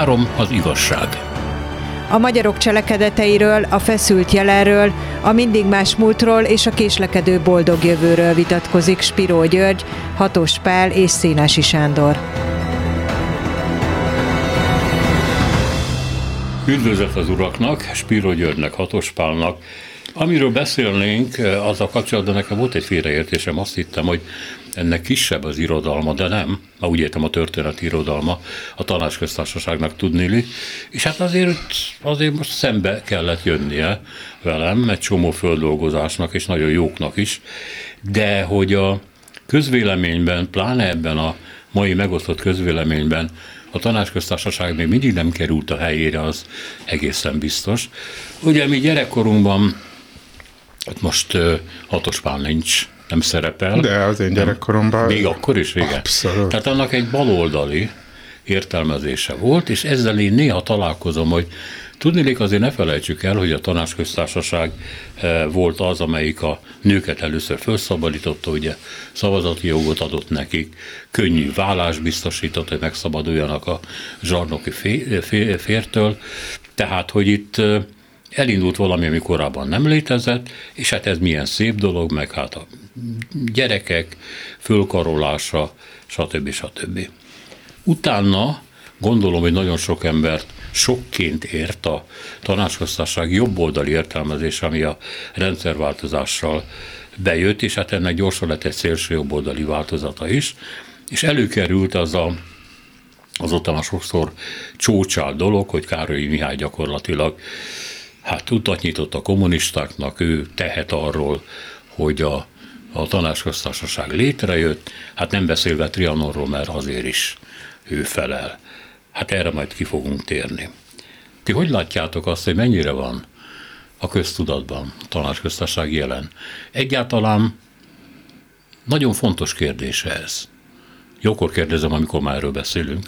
3. Az igazság. A magyarok cselekedeteiről, a feszült jelenről, a mindig más múltról és a késlekedő boldog jövőről vitatkozik Spiró György, Hatos Pál és Szénási Sándor. Üdvözlet az uraknak, Spiró Györgynek, Hatos Pálnak. Amiről beszélnénk, azzal kapcsolatban nekem volt egy félreértésem, azt hittem, hogy ennek kisebb az irodalma, de nem, úgy értem a történeti irodalma, a Tanácsköztársaságnak tudniillik, és hát azért most szembe kellett jönnie velem, egy csomó földolgozásnak, és nagyon jóknak is, de hogy a közvéleményben, pláne ebben a mai megosztott közvéleményben a Tanácsköztársaság még mindig nem került a helyére, az egészen biztos. Ugye mi gyerekkorunkban, hát most Hatos Pál nincs, nem szerepel. De az én gyerekkoromban... Még akkor is, igen. Abszolút. Tehát annak egy baloldali értelmezése volt, és ezzel én néha találkozom, hogy tudniillik azért ne felejtsük el, hogy a Tanácsköztársaság volt az, amelyik a nőket először felszabadította, ugye szavazati jogot adott nekik, könnyű vállást biztosított, hogy megszabaduljanak a zsarnoki fértől, tehát, hogy itt elindult valami, ami korábban nem létezett, és hát ez milyen szép dolog, meg hát a gyerekek fölkarolása, stb. Utána gondolom, hogy nagyon sok embert sokként ért a Tanácsköztársaság jobboldali értelmezés, ami a rendszerváltozással bejött, és hát ennek gyorsan lett egy szélső jobboldali változata is, és előkerült az ott már sokszor csócsál dolog, hogy Károlyi Mihály gyakorlatilag utat nyitott a kommunistáknak, ő tehet arról, hogy a Tanácsköztársaság létrejött, hát nem beszélve Trianonról, mert azért is ő felel. Hát erre majd ki fogunk térni. Ti hogy látjátok azt, hogy mennyire van a köztudatban a Tanácsköztársaság jelen? Egyáltalán nagyon fontos kérdése ez. Jókor kérdezem, amikor már erről beszélünk.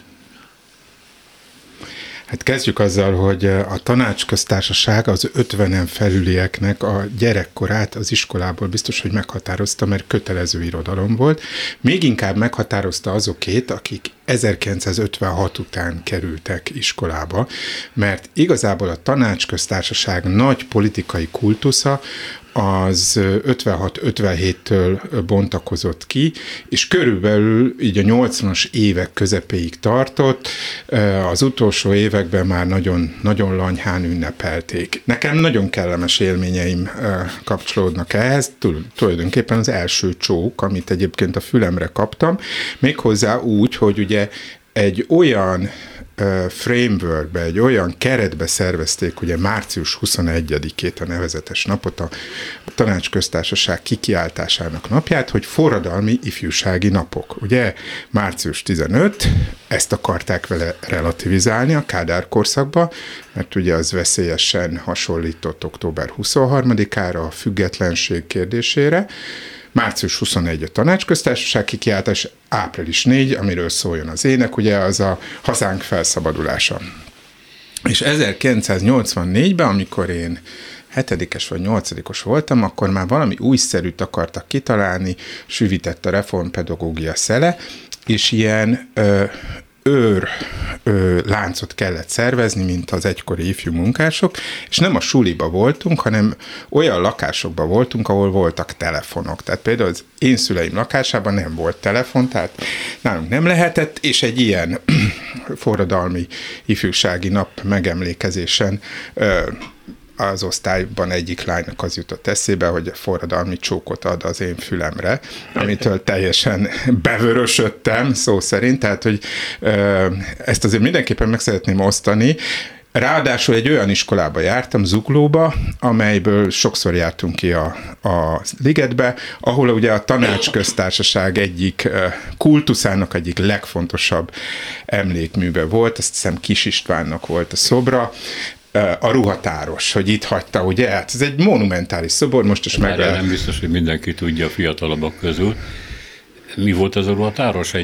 Hát kezdjük azzal, hogy a Tanácsköztársaság az 50-en felülieknek a gyerekkorát az iskolából biztos, hogy meghatározta, mert kötelező irodalom volt. Még inkább meghatározta azokét, akik 1956 után kerültek iskolába, mert igazából a Tanácsköztársaság nagy politikai kultusza az 56-57-től bontakozott ki, és körülbelül így a 80-as évek közepéig tartott, az utolsó években már nagyon, nagyon lanyhán ünnepelték. Nekem nagyon kellemes élményeim kapcsolódnak ehhez, tulajdonképpen az első csók, amit egyébként a fülemre kaptam, méghozzá úgy, hogy ugye egy olyan frameworkbe, egy olyan keretbe szervezték ugye március 21-ét a nevezetes napot, a Tanácsköztársaság kikiáltásának napját, hogy forradalmi ifjúsági napok. Ugye március 15, ezt akarták vele relativizálni a Kádár korszakba, mert ugye az veszélyesen hasonlított október 23-ára, a függetlenség kérdésére. Március 21 a Tanácsköztársaság kikiáltás, április 4, amiről szóljon az ének, ugye az a hazánk felszabadulása. És 1984-ben, amikor én 7-es vagy 8-os voltam, akkor már valami újszerűt akartak kitalálni, süvitett a reformpedagógia szele, és ilyen láncot kellett szervezni, mint az egykori ifjú munkások, és nem a suliba voltunk, hanem olyan lakásokban voltunk, ahol voltak telefonok. Tehát például az én szüleim lakásában nem volt telefon, tehát nálunk nem lehetett, és egy ilyen forradalmi ifjúsági nap megemlékezésen az osztályban egyik lánynak az jutott eszébe, hogy forradalmi csókot ad az én fülemre, amitől teljesen bevörösödtem, szó szerint, tehát, hogy ezt azért mindenképpen meg szeretném osztani. Ráadásul egy olyan iskolába jártam, Zuglóba, amelyből sokszor jártunk ki a ligetbe, ahol ugye a Tanácsköztársaság egyik kultuszának egyik legfontosabb emlékműve volt, azt hiszem Kis Istvánnak volt a szobra, a ruhatáros, hogy itt hagyta, ugye? Hát ez egy monumentális szobor, most is meg... Nem biztos, hogy mindenki tudja a fiatalabbak közül. Mi volt ez a ruhatáros? Egy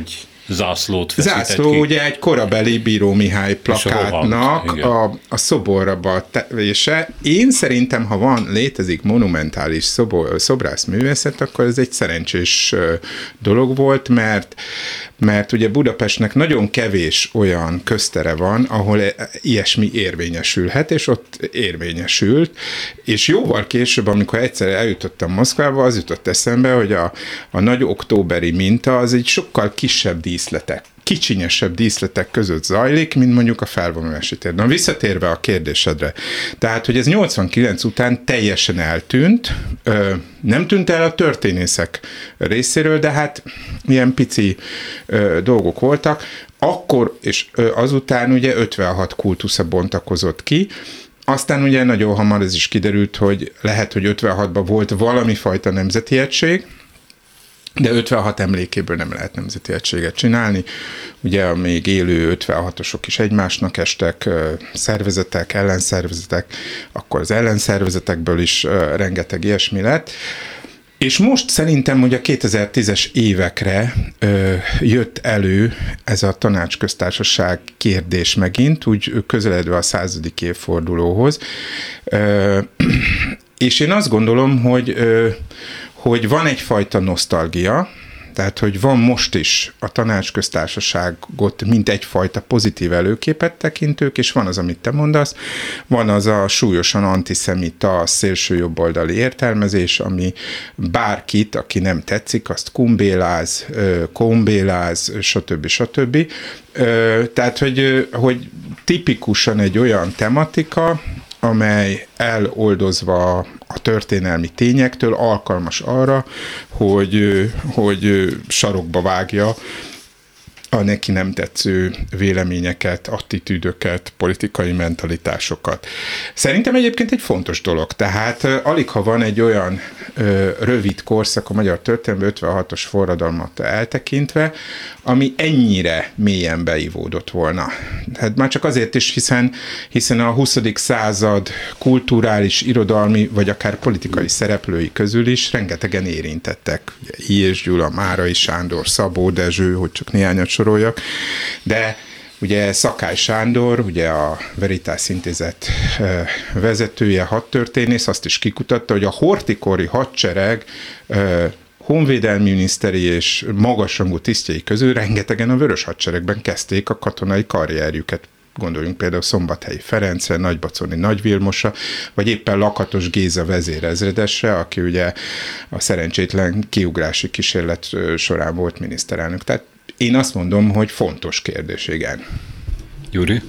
zászlót feszített zászló, ki. ugye egy korabeli Bíró Mihály plakátnak a szoborra tevése. Én szerintem, ha létezik monumentális szobrászművészet, akkor ez egy szerencsés dolog volt, mert ugye Budapestnek nagyon kevés olyan köztere van, ahol ilyesmi érvényesülhet, és ott érvényesült, és jóval később, amikor egyszer eljutottam Moszkvába, az jutott eszembe, hogy a nagy októberi minta az egy sokkal kisebb díszletek, kicsinyesebb díszletek között zajlik, mint mondjuk a felvonulási tér. Na, visszatérve a kérdésedre. Tehát, hogy ez 89 után teljesen eltűnt, nem tűnt el a történészek részéről, de hát ilyen pici dolgok voltak. Akkor és azután ugye 56 kultusza bontakozott ki, aztán ugye nagyon hamar ez is kiderült, hogy lehet, hogy 56-ban volt valami fajta nemzeti egység, de 56 emlékéből nem lehet nemzeti egységet csinálni. Ugye a még élő 56-osok is egymásnak estek, szervezetek, ellenszervezetek, akkor az ellenszervezetekből is rengeteg ilyesmi lett. És most szerintem, hogy a 2010-es évekre jött elő ez a tanácsköztársaság kérdés megint, úgy közeledve a 100. évfordulóhoz. És én azt gondolom, hogy van egyfajta nosztalgia, tehát, hogy van most is a tanácsköztársaságot mint egyfajta pozitív előképet tekintők, és van az, amit te mondasz, van az a súlyosan antiszemita, szélsőjobboldali értelmezés, ami bárkit, aki nem tetszik, azt kombéláz, stb. Tehát, hogy tipikusan egy olyan tematika, amely eloldozva a történelmi tényektől alkalmas arra, hogy sarokba vágja a neki nem tetsző véleményeket, attitűdöket, politikai mentalitásokat. Szerintem egyébként egy fontos dolog, tehát alig ha van egy olyan rövid korszak a magyar történelemben 56-os forradalmat eltekintve, ami ennyire mélyen beivódott volna. Hát már csak azért is, hiszen a 20. század kulturális, irodalmi, vagy akár politikai szereplői közül is rengetegen érintettek. Illyés Gyula, Márai Sándor, Szabó Dezső, hogy csak néhányat soroljak, de ugye Szakály Sándor, ugye a Veritas Intézet vezetője, hadtörténész, azt is kikutatta, hogy a horthy-kori hadsereg honvédelmi miniszteri és magasrangú tisztjei közül rengetegen a Vörös Hadseregben kezdték a katonai karrierjüket. Gondoljunk például Szombathelyi Ferencre, Nagybaconi Nagy Vilmosra, vagy éppen Lakatos Géza vezérezredesre, aki ugye a szerencsétlen kiugrási kísérlet során volt miniszterelnök. Tehát én azt mondom, hogy fontos kérdés, igen. Gyuri?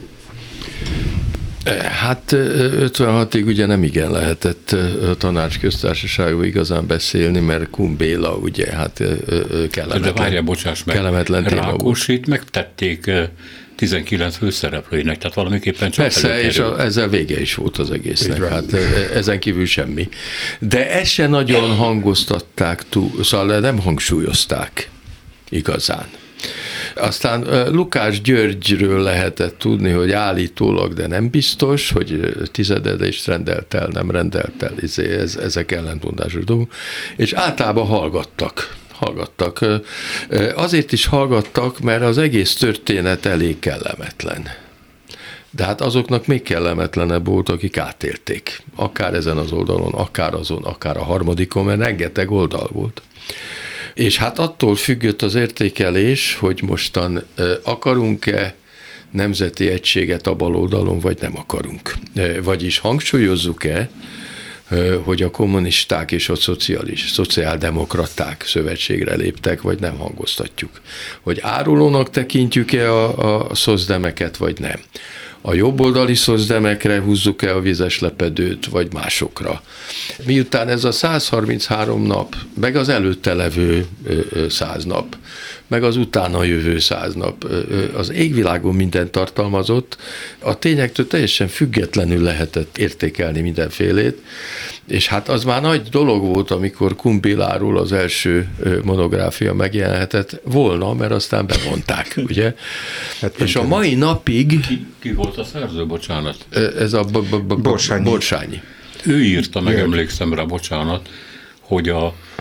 Hát 56-ig ugye nem igen lehetett a tanácsköztársaságról igazán beszélni, mert Kun Béla ugye hát kellemetlen. De várjál, bocsáss meg, Rákosit megtették 19 főszereplőinek, tehát valamiképpen csak persze, és ezzel vége is volt az egésznek, hát ezen kívül semmi. De ezt se nagyon hangoztatták túl, szóval nem hangsúlyozták igazán. Aztán Lukács Györgyről lehetett tudni, hogy állítólag, de nem biztos, hogy tizededést rendelt el, nem rendelt el, ezek ellentmondásos dolgok, és általában hallgattak. Azért is hallgattak, mert az egész történet elég kellemetlen. De hát azoknak még kellemetlenebb volt, akik átélték. Akár ezen az oldalon, akár azon, akár a harmadikon, mert rengeteg oldal volt. És hát attól függött az értékelés, hogy mostan akarunk-e nemzeti egységet a baloldalon, vagy nem akarunk. Vagyis hangsúlyozzuk-e, hogy a kommunisták és a szociáldemokraták szövetségre léptek, vagy nem hangoztatjuk. Hogy árulónak tekintjük-e a szozdemeket, vagy nem. A jobboldali szozdemekre húzzuk-e a vizes lepedőt, vagy másokra. Miután ez a 133 nap, meg az előtte levő 100 nap, meg az utána jövő 100 nap, az égvilágon mindent tartalmazott, a tényektől teljesen függetlenül lehetett értékelni mindenfélét, és hát az már nagy dolog volt, amikor Kun Béláról az első monográfia megjelenhetett volna, mert aztán bemondták, ugye? Hát és a mai napig... Ki volt a szerző, bocsánat? Ez a Borsányi. Ő írta, meg emlékszem rá, bocsánat, hogy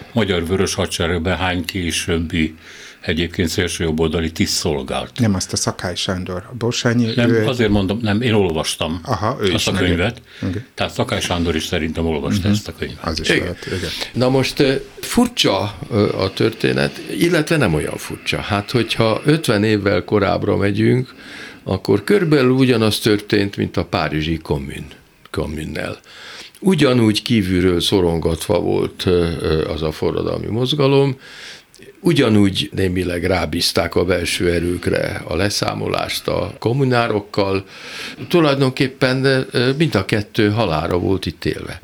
Magyar Vörös Hadseregben hány későbbi egyébként szélsőjobboldali tiszt szolgált. Nem azt a Szakály Sándor, a Borsányi... Nem, azért mondom, nem, én olvastam ő azt a könyvet. Okay. Tehát Szakály Sándor is szerintem olvasta ezt a könyvet. Az is lehet, igen. Na most furcsa a történet, illetve nem olyan furcsa. Hát, hogyha 50 évvel korábbra megyünk, akkor körülbelül ugyanaz történt, mint a párizsi kommunnel. Ugyanúgy kívülről szorongatva volt az a forradalmi mozgalom, ugyanúgy némileg rábízták a belső erőkre a leszámolást a kommunárokkal, tulajdonképpen mind a kettő halálra volt ítélve.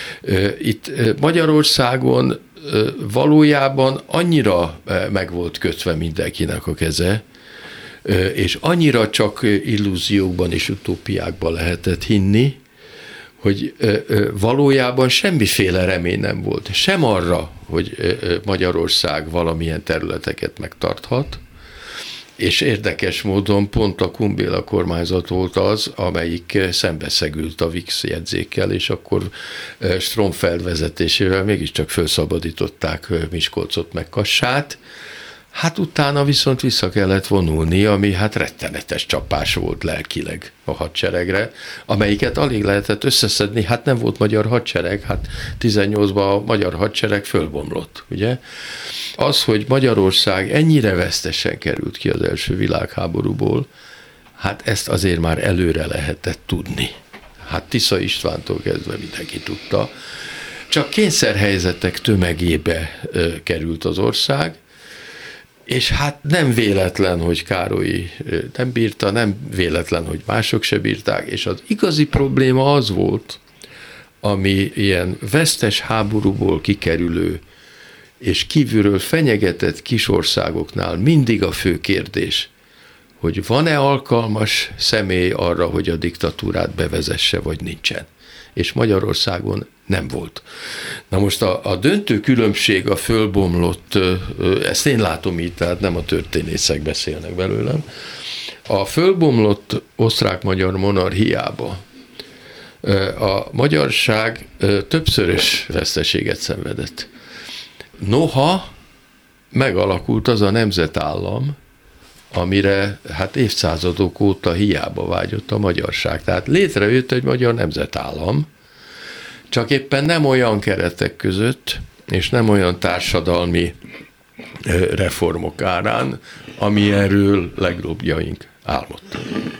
Itt Magyarországon valójában annyira meg volt kötve mindenkinek a keze, és annyira csak illúziókban és utópiákban lehetett hinni, hogy valójában semmiféle remény nem volt. Sem arra, hogy Magyarország valamilyen területeket megtarthat, és érdekes módon pont a Kumbéla kormányzat volt az, amelyik szembeszegült a VIX jegyzékkel, és akkor Stromfeld vezetésével mégiscsak felszabadították Miskolcot meg Kassát. Hát utána viszont vissza kellett vonulni, ami hát rettenetes csapás volt lelkileg a hadseregre, amelyiket alig lehetett összeszedni, hát nem volt magyar hadsereg, hát 18-ban a magyar hadsereg fölbomlott, ugye? Az, hogy Magyarország ennyire vesztesen került ki az első világháborúból, hát ezt azért már előre lehetett tudni. Hát Tisza Istvántól kezdve mindenki tudta. Csak kényszerhelyzetek tömegébe került az ország, és hát nem véletlen, hogy Károly nem bírta, nem véletlen, hogy mások se bírták, és az igazi probléma az volt, ami ilyen vesztes háborúból kikerülő és kívülről fenyegetett kisországoknál mindig a fő kérdés, hogy van-e alkalmas személy arra, hogy a diktatúrát bevezesse, vagy nincsen. És Magyarországon nem volt. Na most a döntő különbség a fölbomlott, ezt én látom így, tehát nem a történészek beszélnek belőlem, a fölbomlott osztrák-magyar monarchiába a magyarság többszörös veszteséget szenvedett. Noha megalakult az a nemzetállam, amire hát évszázadok óta hiába vágyott a magyarság. Tehát létrejött egy magyar nemzetállam, csak éppen nem olyan keretek között, és nem olyan társadalmi reformok árán, ami erről legjobbjaink álmodtak.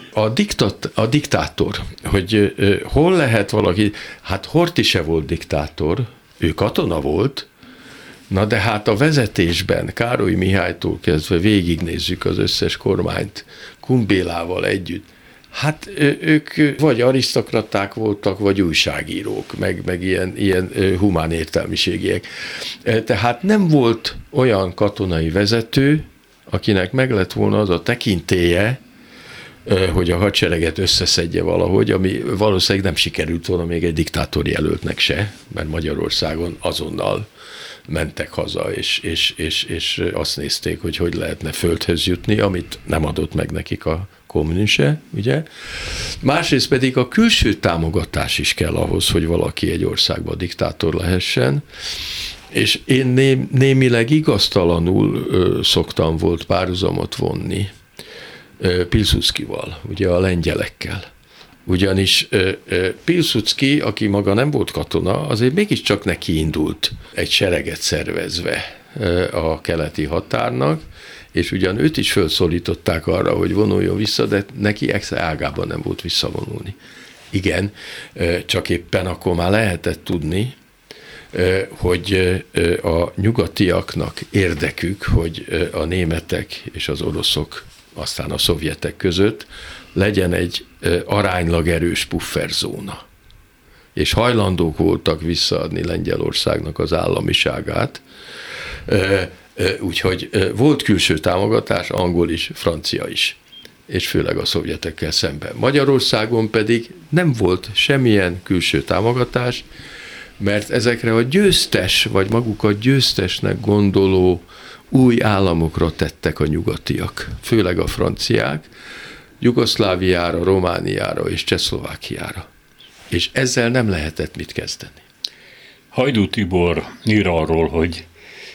A diktátor, hogy hol lehet valaki, hát Horthy se volt diktátor, ő katona volt, na de hát a vezetésben Károly Mihálytól kezdve végignézzük az összes kormányt Kumbélával együtt. Hát ők vagy arisztokraták voltak, vagy újságírók, meg ilyen humán értelmiségiek. Tehát nem volt olyan katonai vezető, akinek meg lett volna az a tekintélye, hogy a hadsereget összeszedje valahogy, ami valószínűleg nem sikerült volna még egy diktátor jelöltnek se, mert Magyarországon azonnal mentek haza, és azt nézték, hogy lehetne földhöz jutni, amit nem adott meg nekik a kommunise, ugye? Másrészt pedig a külső támogatás is kell ahhoz, hogy valaki egy országban diktátor lehessen, és én némileg igaztalanul szoktam volt párhuzamot vonni Pilsudskival, ugye a lengyelekkel. Ugyanis Pilsudski, aki maga nem volt katona, azért mégiscsak neki indult egy sereget szervezve a keleti határnak, és ugyan őt is felszólították arra, hogy vonuljon vissza, de neki ágában nem volt visszavonulni. Igen, csak éppen akkor már lehetett tudni, hogy a nyugatiaknak érdekük, hogy a németek és az oroszok, aztán a szovjetek között legyen egy aránylag erős pufferzóna. És hajlandók voltak visszaadni Lengyelországnak az államiságát, úgyhogy volt külső támogatás, angol is, francia is, és főleg a szovjetekkel szemben. Magyarországon pedig nem volt semmilyen külső támogatás, mert ezekre a győztes, vagy magukat győztesnek gondoló új államokra tettek a nyugatiak, főleg a franciák, Jugoszláviára, Romániára és Csehszlovákiára. És ezzel nem lehetett mit kezdeni. Hajdú Tibor ír arról, hogy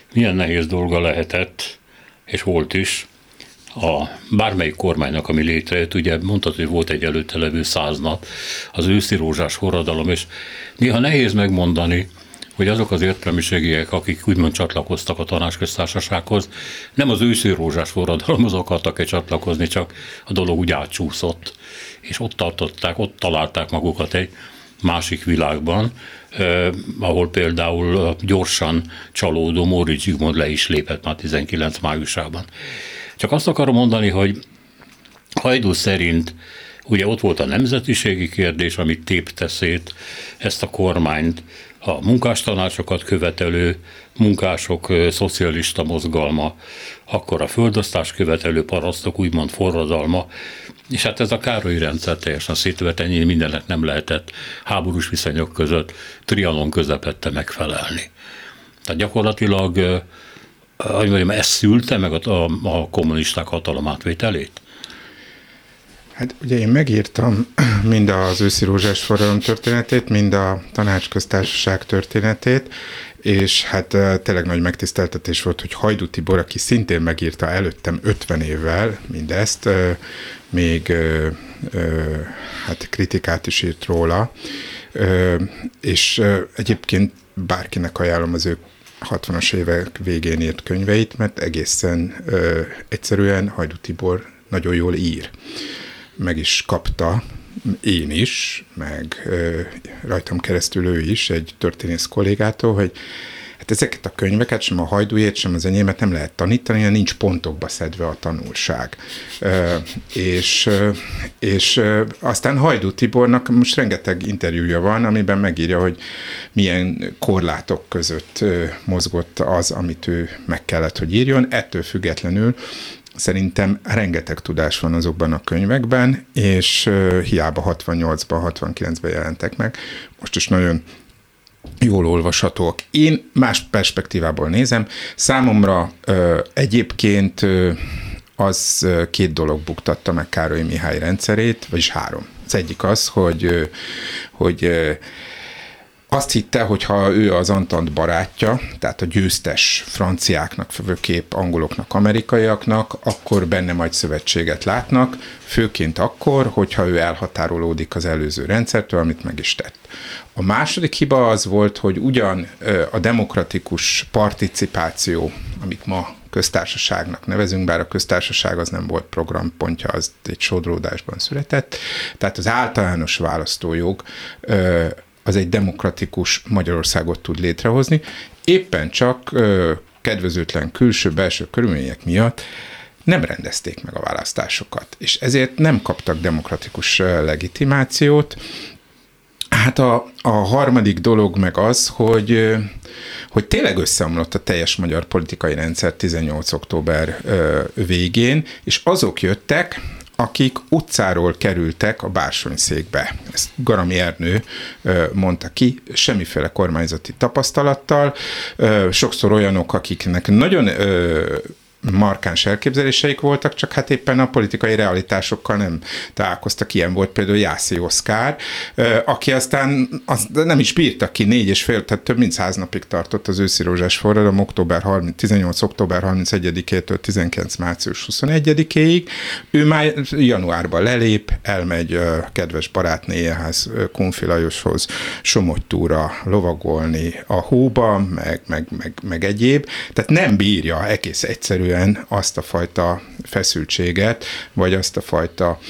milyen nehéz dolga lehetett, és volt is, a bármelyik kormánynak, ami létrejött, ugye mondtad, hogy volt egy előtte levő 100 nap, az őszi rózsás forradalom, és néha nehéz megmondani, hogy azok az értelmiségiek, akik úgymond csatlakoztak a Tanácsköztársasághoz, nem az őszi rózsás forradalomhoz akartak csatlakozni, csak a dolog úgy átcsúszott, és ott tartották, ott találták magukat egy másik világban, ahol például gyorsan csalódó Móricz Zsigmond le is lépett már 19 májusában. Csak azt akarom mondani, hogy Hajdú szerint ugye ott volt a nemzetiségi kérdés, amit tépte szét ezt a kormányt, a munkástanácsokat követelő munkások szocialista mozgalma, akkor a földosztást követelő parasztok úgymond forradalma, és hát ez a Károlyi rendszer teljesen szétvett, ennyi mindennek nem lehetett háborús viszonyok között Trianon közepette megfelelni. Tehát gyakorlatilag, hogy mondjam, ez szülte meg a kommunisták hatalomátvételét? Hát ugye én megírtam mind az őszi rózsás forradalom történetét, mind a Tanácsköztársaság történetét, és hát tényleg nagy megtiszteltetés volt, hogy Hajdú Tibor, aki szintén megírta előttem 50 évvel mindezt, még hát kritikát is írt róla, és egyébként bárkinek ajánlom az ő 60-as évek végén írt könyveit, mert egészen egyszerűen Hajdú Tibor nagyon jól ír. Meg is kapta, én is, meg rajtam keresztül ő is, egy történész kollégától, hogy hát ezeket a könyveket, sem a Hajdújét, sem az enyémet nem lehet tanítani, mert nincs pontokba szedve a tanulság. És aztán Hajdú Tibornak most rengeteg interjúja van, amiben megírja, hogy milyen korlátok között mozgott az, amit ő meg kellett, hogy írjon. Ettől függetlenül szerintem rengeteg tudás van azokban a könyvekben, és hiába 68-ban, 69-ben jelentek meg. Most is nagyon jól olvashatóak. Én más perspektívából nézem. Számomra egyébként az 2 dolog buktatta meg Károly Mihály rendszerét, vagyis 3. Az egyik az, hogy azt hitte, hogy ha ő az Antant barátja, tehát a győztes franciáknak, főképp angoloknak, amerikaiaknak, akkor benne majd szövetséget látnak, főként akkor, hogyha ő elhatárolódik az előző rendszertől, amit meg is tett. A második hiba az volt, hogy ugyan a demokratikus participáció, amit ma köztársaságnak nevezünk, bár a köztársaság az nem volt programpontja, az egy sodródásban született, tehát az általános választójog az egy demokratikus Magyarországot tud létrehozni, éppen csak kedvezőtlen külső-belső körülmények miatt nem rendezték meg a választásokat, és ezért nem kaptak demokratikus legitimációt. Hát a harmadik dolog meg az, hogy tényleg összeomlott a teljes magyar politikai rendszer 18. október végén, és azok jöttek, akik utcáról kerültek a bársonyszékbe. Ezt Garami Ernő mondta ki, semmiféle kormányzati tapasztalattal, sokszor olyanok, akiknek nagyon markáns elképzeléseik voltak, csak hát éppen a politikai realitásokkal nem találkoztak. Ilyen volt például Jászi Oszkár, aki aztán nem is bírta ki 4,5, tehát több mint 100 napig tartott az őszi rózsás forradalom, 18. október 31-től 19. március 21-ig. Ő már januárban lelép, elmegy kedves barátnéjehez, Kunfi Lajoshoz Somogytúra lovagolni a hóba, meg egyéb. Tehát nem bírja egész egyszerűen azt a fajta feszültséget, vagy azt a fajta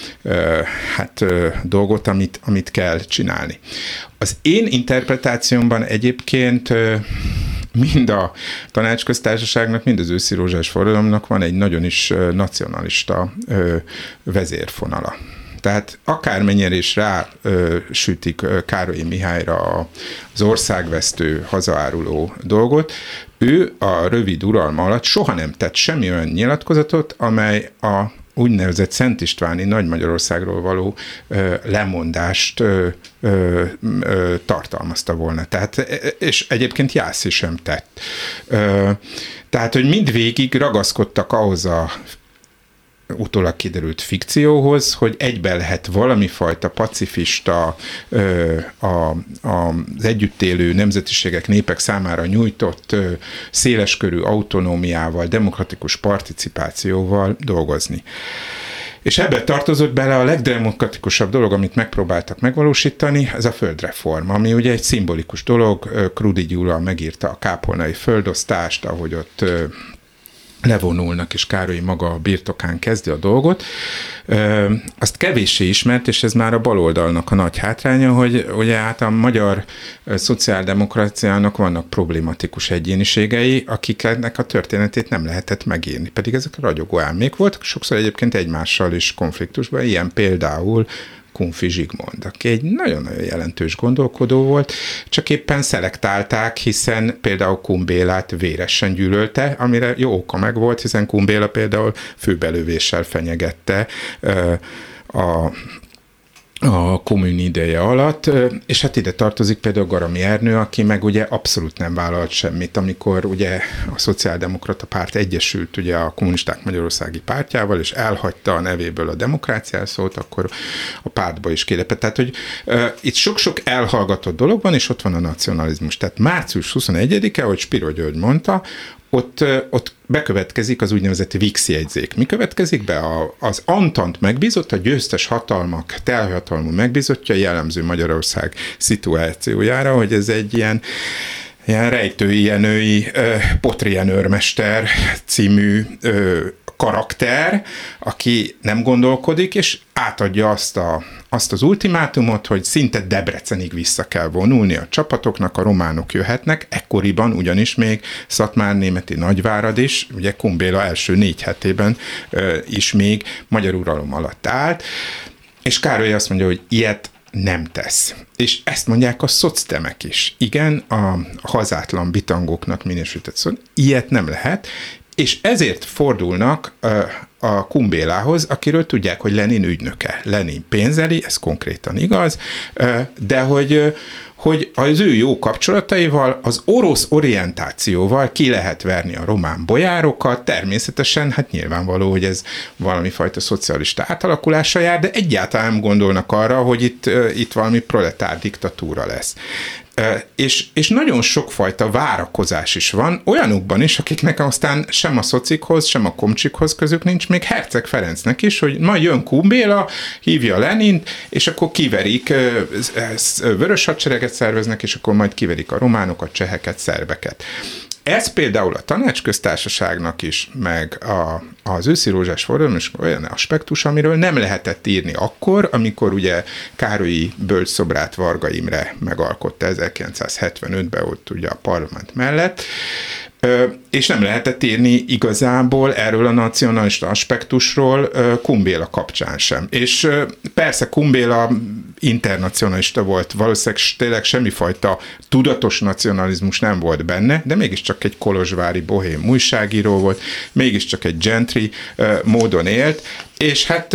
dolgot, amit kell csinálni. Az én interpretációmban egyébként mind a Tanácsköztársaságnak, mind az őszi rózsás forradalomnak van egy nagyon is nacionalista vezérfonala. Tehát akármennyire is rásütik Károlyi Mihályra az országvesztő, hazaáruló dolgot, ő a rövid uralma alatt soha nem tett semmi olyan nyilatkozatot, amely a úgynevezett Szent Istváni Nagy-Magyarországról való lemondást tartalmazta volna. Tehát, és egyébként Jászi sem tett. Tehát, hogy mindvégig ragaszkodtak ahhoz a utólag kiderült fikcióhoz, hogy egyben lehet valami fajta pacifista, az együtt élő nemzetiségek, népek számára nyújtott széleskörű autonómiával, demokratikus participációval dolgozni. És ebbe tartozott bele a legdemokratikusabb dolog, amit megpróbáltak megvalósítani, ez a földreform, ami ugye egy szimbolikus dolog. Krudi Gyula megírta a kápolnai földosztást, ahogy ott levonulnak, és Károly maga a birtokán kezdi a dolgot. Azt kevéssé ismert, és ez már a baloldalnak a nagy hátránya, hogy ugye hát a magyar szociáldemokráciának vannak problematikus egyéniségei, akiknek a történetét nem lehetett megírni, pedig ezek ragyogó elmék voltak, sokszor egyébként egymással is konfliktusban, ilyen például Kunfi Zsigmond, aki egy nagyon-nagyon jelentős gondolkodó volt, csak éppen szelektálták, hiszen például Kun Bélát véresen gyűlölte, amire jó oka meg volt, hiszen Kun Béla például főbelövéssel fenyegette a kommun ideje alatt, és hát ide tartozik például Garami Ernő, aki meg ugye abszolút nem vállalt semmit, amikor ugye a Szociáldemokrata Párt egyesült ugye a Kommunisták Magyarországi Pártjával, és elhagyta a nevéből a demokráciát szót, akkor a pártba is kilépett. Tehát, hogy itt sok-sok elhallgatott dolog van, és ott van a nacionalizmus. Tehát március 21-e, ahogy Spiro György mondta, ott bekövetkezik az úgynevezett VIX jegyzék. Mi következik be? Az Antant megbízott, a győztes hatalmak telhatalmú megbízottja jellemző Magyarország szituációjára, hogy ez egy ilyen rejtőijenői Potrien őrmester című karakter, aki nem gondolkodik, és átadja azt az ultimátumot, hogy szinte Debrecenig vissza kell vonulni a csapatoknak, a románok jöhetnek, ekkoriban ugyanis még Szatmárnémeti Nagyvárad is, ugye Kun Béla első 4 hetében is még magyar uralom alatt állt, és Károly azt mondja, hogy ilyet nem tesz. És ezt mondják a szocdemek is. Igen, a hazátlan bitangóknak minősített szó, ilyet nem lehet, és ezért fordulnak a Kun Bélához, akiről tudják, hogy Lenin ügynöke. Lenin pénzeli, ez konkrétan igaz, de hogy az ő jó kapcsolataival, az orosz orientációval ki lehet verni a román bojárokat, természetesen, hát nyilvánvaló, hogy ez valami fajta szocialista átalakulással jár, de egyáltalán nem gondolnak arra, hogy itt valami proletár diktatúra lesz. És nagyon sokfajta várakozás is van, olyanokban is, akiknek aztán sem a szocikhoz, sem a komcsikhoz közük nincs, még Herceg Ferencnek is, hogy majd jön Kun Béla, hívja Lenint, és akkor kiverik, vörös hadsereget szerveznek, és akkor majd kiverik a románokat, cseheket, szerbeket. Ez például a Tanácsköztársaságnak is, meg az őszi rózsás forradalom is olyan aspektus, amiről nem lehetett írni akkor, amikor ugye Károlyi bölcsszobrát Varga Imre megalkotta 1975-ben ott ugye a parlament mellett, és nem lehetett írni igazából erről a nacionalista aspektusról Kun Béla kapcsán sem. És persze Kun Béla internacionalista volt, valószínűleg tényleg semmifajta tudatos nacionalizmus nem volt benne, de mégiscsak egy kolozsvári bohém újságíró volt, mégiscsak egy gentry módon élt, és hát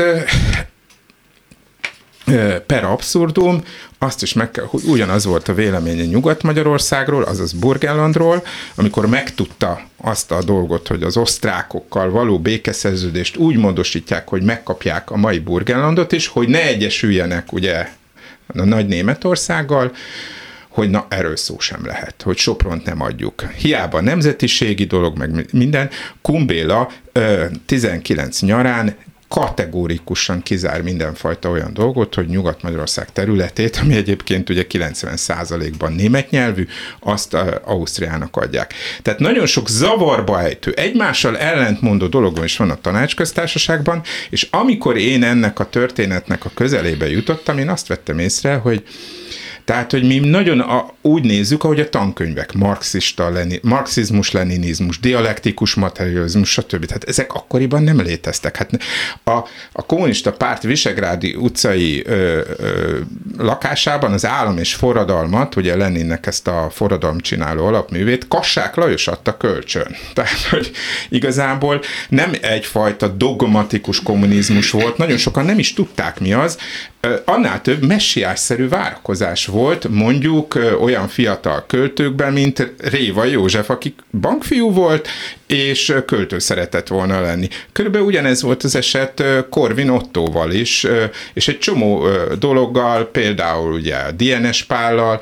per abszurdum, azt is meg kell, hogy ugyanaz volt a véleménye Nyugat-Magyarországról, azaz Burgenlandról, amikor megtudta azt a dolgot, hogy az osztrákokkal való békeszerződést úgy módosítják, hogy megkapják a mai Burgenlandot is, hogy ne egyesüljenek ugye a nagy Németországgal, hogy na, erről szó sem lehet, hogy Sopront nem adjuk. Hiába nemzetiségi dolog, meg minden, Kun Béla 19 nyarán kategórikusan kizár mindenfajta olyan dolgot, hogy Nyugat-Magyarország területét, ami egyébként ugye 90%-ban német nyelvű, azt Ausztriának adják. Tehát nagyon sok zavarba ejtő, egymással ellentmondó dolog is van a Tanácsköztársaságban, és amikor én ennek a történetnek a közelébe jutottam, én azt vettem észre, hogy mi nagyon úgy nézzük, ahogy a tankönyvek, marxizmus, leninizmus, dialektikus materializmus, stb. Hát ezek akkoriban nem léteztek. Hát a kommunista párt Visegrádi utcai lakásában az állam és forradalmat, ugye Leninnek ezt a forradalomcsináló alapművét Kassák Lajos adta kölcsön. Tehát, hogy igazából nem egyfajta dogmatikus kommunizmus volt, nagyon sokan nem is tudták mi az, annál több messiásszerű várakozás volt mondjuk olyan fiatal költőkben, mint Révai József, aki bankfiú volt, és költő szeretett volna lenni. Körülbelül ugyanez volt az eset Korvin Ottóval is, és egy csomó dologgal, például ugye a DNS Pállal,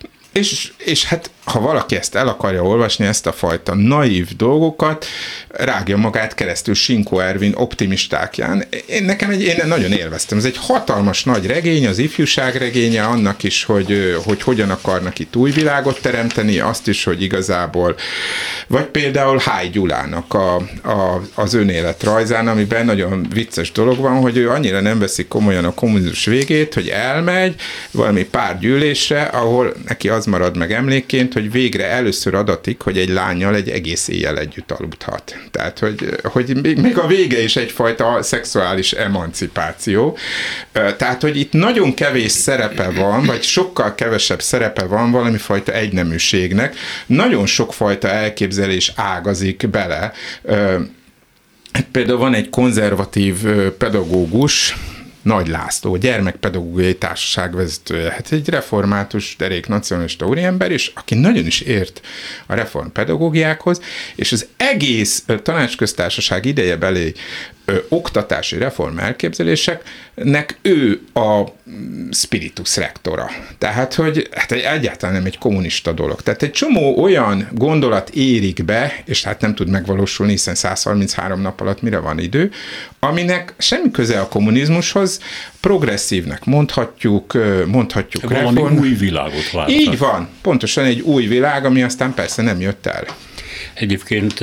és hát ha valaki ezt el akarja olvasni, ezt a fajta naív dolgokat, rágja magát keresztül Sinkó Ervin optimistákján. Én nagyon élveztem. Ez egy hatalmas nagy regény, az ifjúság regénye, annak is, hogy hogyan akarnak itt új világot teremteni, azt is, hogy igazából, vagy például Háj Gyulának az önéletrajzán, amiben nagyon vicces dolog van, hogy ő annyira nem veszik komolyan a kommunizmus végét, hogy elmegy valami pár gyűlésre, ahol neki az marad meg emlékként, hogy végre először adatik, hogy egy lánnyal egy egész éjjel együtt aludhat. Tehát, hogy még a vége is egyfajta szexuális emancipáció. Tehát, hogy itt nagyon kevés szerepe van, vagy sokkal kevesebb szerepe van valamifajta egyneműségnek. Nagyon sokfajta elképzelés ágazik bele. Például van egy konzervatív pedagógus, Nagy László, gyermekpedagógiai társaság vezetője, hát egy református, derék nacionalista úriember, és aki nagyon is ért a reformpedagógiákhoz, és az egész tanácsköztársaság idejebeli oktatási reform elképzeléseknek ő a spiritus rectora. Tehát, hogy hát egyáltalán nem egy kommunista dolog. Tehát egy csomó olyan gondolat érik be, és hát nem tud megvalósulni, hiszen 133 nap alatt mire van idő, aminek semmi köze a kommunizmushoz, progresszívnek mondhatjuk valami reform. Új világot vártak. Így van, pontosan egy új világ, ami aztán persze nem jött el. Egyébként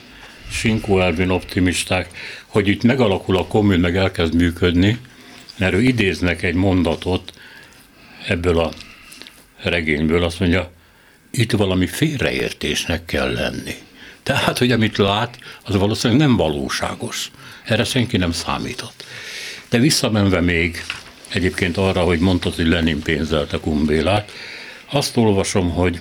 Sinkó Ervin optimisták, hogy itt megalakul a kommun, meg elkezd működni, mert ő idéznek egy mondatot ebből a regényből, azt mondja, itt valami félreértésnek kell lenni. Tehát, hogy amit lát, az valószínűleg nem valóságos. Erre senki nem számított. De visszamenve még egyébként arra, hogy mondtad, hogy Lenin pénzelte Kumbélát, azt olvasom, hogy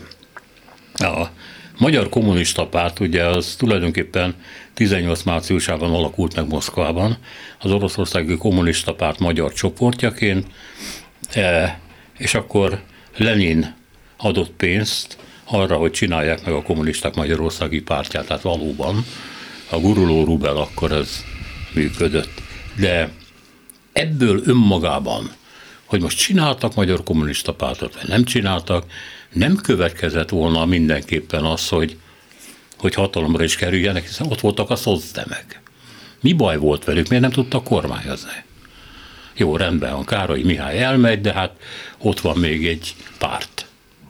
a Magyar Kommunista Párt, ugye az tulajdonképpen 18 márciusában alakult meg Moszkvában, az Oroszországi Kommunista Párt magyar csoportjaként, és akkor Lenin adott pénzt arra, hogy csinálják meg a kommunisták Magyarországi pártját, tehát valóban a guruló rubel akkor ez működött. De ebből önmagában, hogy most csináltak Magyar Kommunista Pártot, vagy nem csináltak, nem következett volna mindenképpen az, hogy hatalomra is kerüljenek, hiszen ott voltak a szocdemek. Mi baj volt velük? Miért nem tudtak kormányozni? Jó, rendben van, Károly Mihály elmegy, de hát ott van még egy párt.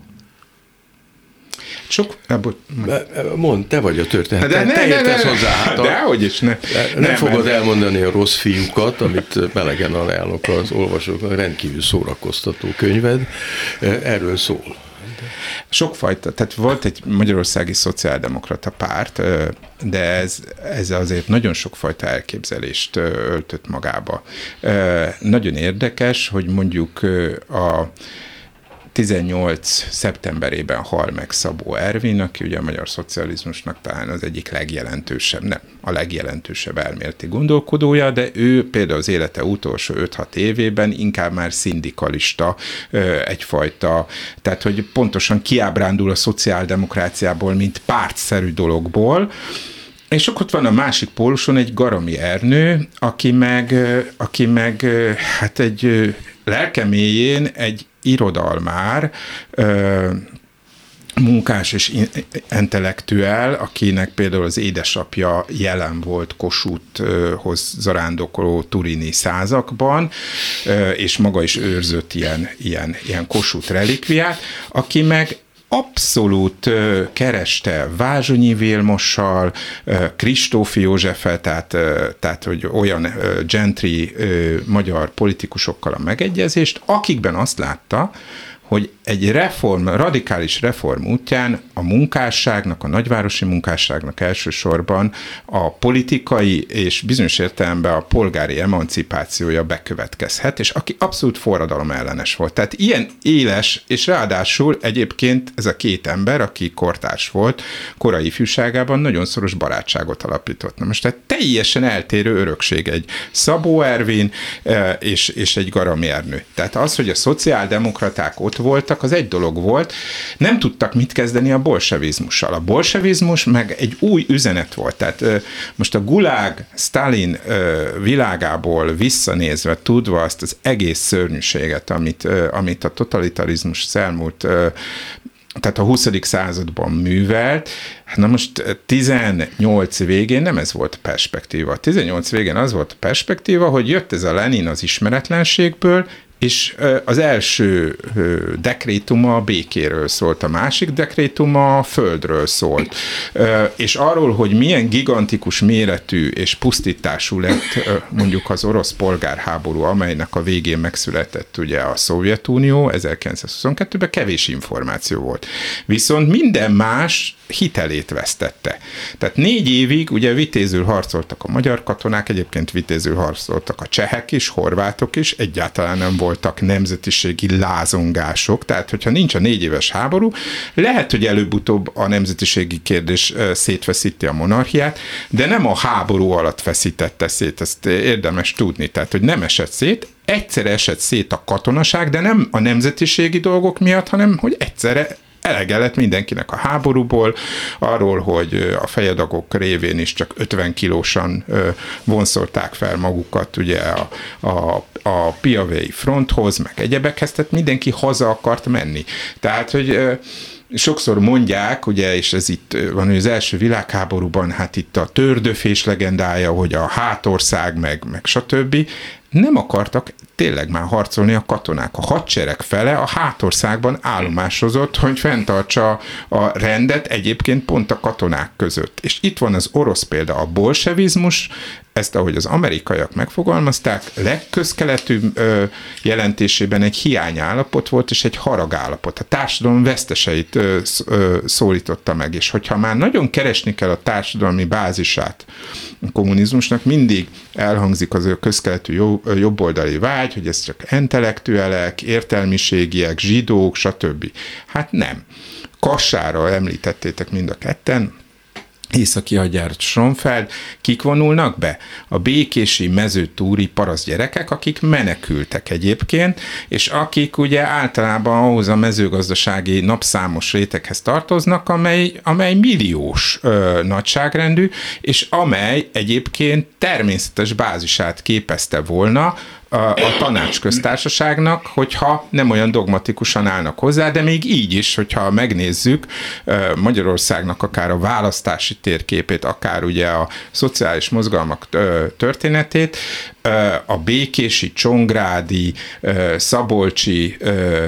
Mondd, te vagy a történet. Te értesz hozzá. Dehogy is, nem fogod elmondani a rossz fiúkat, amit melegen ajánlok az olvasóknak, rendkívül szórakoztató könyved. Erről szól. Sokfajta, tehát volt egy magyarországi szociáldemokrata párt, de ez azért nagyon sokfajta elképzelést öltött magába. Nagyon érdekes, hogy mondjuk a 18 szeptemberében hal meg Szabó Ervin, aki ugye a magyar szocializmusnak talán az egyik legjelentősebb, nem a legjelentősebb elméleti gondolkodója, de ő például az élete utolsó 5-6 évében inkább már szindikalista egyfajta, tehát hogy pontosan kiábrándul a szociáldemokráciából, mint pártszerű dologból. És akkor ott van a másik póluson egy Garami Ernő, aki meg hát egy lelkeméjén egy irodalmár, munkás és intellektuál, akinek például az édesapja jelen volt Kossuthhoz zarándokoló turini százakban, és maga is őrzött ilyen Kossuth relikviát, aki meg abszolút kereste Vázsonyi Vilmossal, Kristófi Józseffel, tehát hogy olyan gentry magyar politikusokkal a megegyezést, akikben azt látta, hogy egy radikális reform útján a munkásságnak, a nagyvárosi munkásságnak elsősorban a politikai és bizonyos értelemben a polgári emancipációja bekövetkezhet, és aki abszolút forradalom ellenes volt. Tehát ilyen éles, és ráadásul egyébként ez a két ember, aki kortárs volt, korai ifjúságában nagyon szoros barátságot alapított. Na most tehát teljesen eltérő örökség egy Szabó Ervin és egy Garami Ernő. Tehát az, hogy a szociáldemokraták ott voltak, az egy dolog volt, nem tudtak mit kezdeni a bolsevizmussal. A bolsevizmus meg egy új üzenet volt. Tehát most a Gulag, Stalin világából visszanézve, tudva azt az egész szörnyűséget, amit a totalitarizmus elmúlt, tehát a 20. században művelt, na most 18 végén nem ez volt a perspektíva. 18 végén az volt a perspektíva, hogy jött ez a Lenin az ismeretlenségből, és az első dekrétuma a békéről szólt, a másik dekrétuma a földről szólt. És arról, hogy milyen gigantikus méretű és pusztítású lett mondjuk az orosz polgárháború, amelynek a végén megszületett ugye a Szovjetunió 1922-ben, kevés információ volt. Viszont minden más hitelét vesztette. Tehát 4 évig ugye vitézül harcoltak a magyar katonák, egyébként vitézül harcoltak a csehek is, horvátok is, egyáltalán nem voltak nemzetiségi lázongások, tehát hogyha nincs a 4 éves háború, lehet, hogy előbb-utóbb a nemzetiségi kérdés szétfeszíti a monarchiát, de nem a háború alatt feszítette szét, ezt érdemes tudni, tehát hogy nem esett szét, egyszerre esett szét a katonaság, de nem a nemzetiségi dolgok miatt, hanem hogy egyszerre elege lett mindenkinek a háborúból, arról, hogy a fejadagok révén is csak 50 kilósan vonszolták fel magukat ugye a Piavei fronthoz, meg egyebekhez, tehát mindenki haza akart menni. Tehát, hogy sokszor mondják, ugye, és ez itt van, hogy az első világháborúban, hát itt a tördöfés legendája, hogy a hátország, meg stb. Nem akartak tényleg már harcolni a katonák. A hadsereg fele a hátországban állomásozott, hogy fenntartsa a rendet egyébként pont a katonák között. És itt van az orosz példa, a bolsevizmus, ezt, ahogy az amerikaiak megfogalmazták, legközkeletűbb jelentésében egy hiányállapot volt, és egy haragállapot. A társadalom veszteseit szólította meg, és hogyha már nagyon keresni kell a társadalmi bázisát a kommunizmusnak, mindig elhangzik az ő közkeletű jobboldali vágy, hogy ez csak intellektuelek, értelmiségiek, zsidók, stb. Hát nem. Kassára említettétek mind a ketten, északi hadjár Schönfeld, kik vonulnak be? A békési mezőtúri paraszt gyerekek, akik menekültek egyébként, és akik ugye általában ahhoz a mezőgazdasági napszámos réteghez tartoznak, amely milliós nagyságrendű, és amely egyébként természetes bázisát képezte volna a tanácsköztársaságnak, hogyha nem olyan dogmatikusan állnak hozzá, de még így is, hogyha megnézzük Magyarországnak akár a választási térképét, akár ugye a szociális mozgalmak történetét, a békési, csongrádi, szabolcsi